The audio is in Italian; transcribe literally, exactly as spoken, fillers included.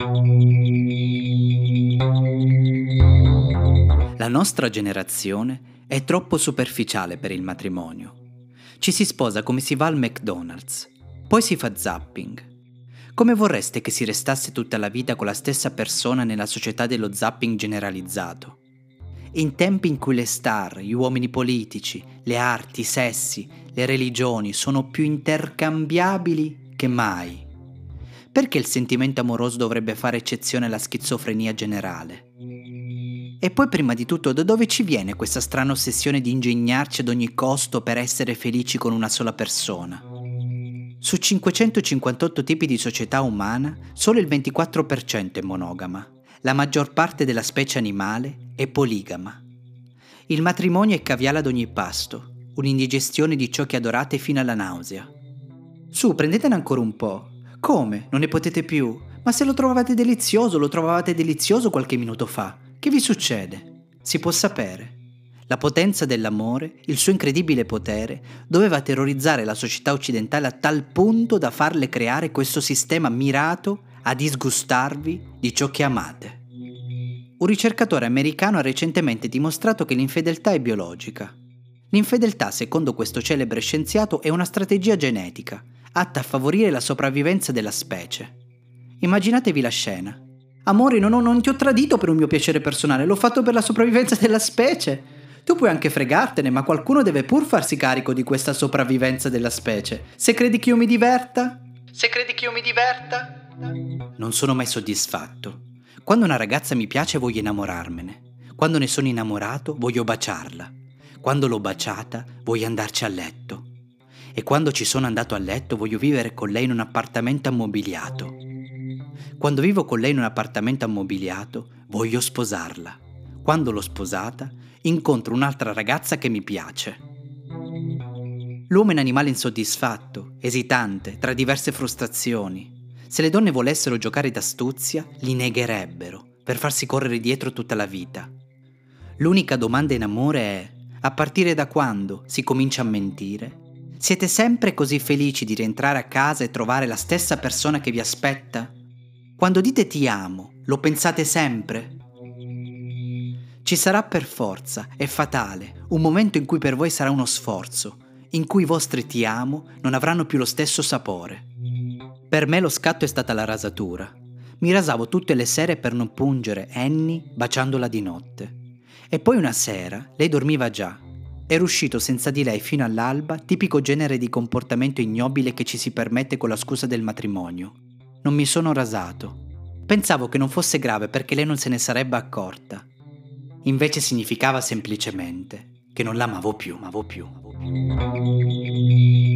La nostra generazione è troppo superficiale per il matrimonio. Ci si sposa come si va al McDonald's, poi si fa zapping. Come vorreste che si restasse tutta la vita con la stessa persona nella società dello zapping generalizzato? In tempi in cui le star, gli uomini politici, le arti, i sessi, le religioni sono più intercambiabili che mai. Perché il sentimento amoroso dovrebbe fare eccezione alla schizofrenia generale? E poi prima di tutto, da dove ci viene questa strana ossessione di ingegnarci ad ogni costo per essere felici con una sola persona? Su cinquecentocinquantotto tipi di società umana, solo il ventiquattro per cento è monogama. La maggior parte della specie animale è poligama. Il matrimonio è caviale ad ogni pasto, un'indigestione di ciò che adorate fino alla nausea. Su, prendetene ancora un po'. Come? Non ne potete più? Ma se lo trovavate delizioso, lo trovavate delizioso qualche minuto fa. Che vi succede? Si può sapere. La potenza dell'amore, il suo incredibile potere, doveva terrorizzare la società occidentale a tal punto da farle creare questo sistema mirato a disgustarvi di ciò che amate. Un ricercatore americano ha recentemente dimostrato che l'infedeltà è biologica. L'infedeltà, secondo questo celebre scienziato, è una strategia genetica, atta a favorire la sopravvivenza della specie. Immaginatevi la scena. Amore, no, no, non ti ho tradito per un mio piacere personale, l'ho fatto per la sopravvivenza della specie. Tu puoi anche fregartene, ma qualcuno deve pur farsi carico di questa sopravvivenza della specie. Se credi che io mi diverta? Se credi che io mi diverta? Non sono mai soddisfatto. Quando una ragazza mi piace voglio innamorarmene. Quando ne sono innamorato voglio baciarla. Quando l'ho baciata voglio andarci a letto. E quando ci sono andato a letto voglio vivere con lei in un appartamento ammobiliato. Quando vivo con lei in un appartamento ammobiliato voglio sposarla. Quando l'ho sposata incontro un'altra ragazza che mi piace. L'uomo è un animale insoddisfatto, esitante, tra diverse frustrazioni. Se le donne volessero giocare d'astuzia, li negherebbero, per farsi correre dietro tutta la vita. L'unica domanda in amore è: a partire da quando si comincia a mentire? Siete sempre così felici di rientrare a casa e trovare la stessa persona che vi aspetta? Quando dite ti amo, lo pensate sempre? Ci sarà per forza, è fatale, un momento in cui per voi sarà uno sforzo, in cui i vostri ti amo non avranno più lo stesso sapore. Per me lo scatto è stata la rasatura. Mi rasavo tutte le sere per non pungere Annie baciandola di notte. E poi una sera lei dormiva già. Ero uscito senza di lei fino all'alba, tipico genere di comportamento ignobile che ci si permette con la scusa del matrimonio. Non mi sono rasato. Pensavo che non fosse grave perché lei non se ne sarebbe accorta. Invece significava semplicemente che non l'amavo più, amavo più.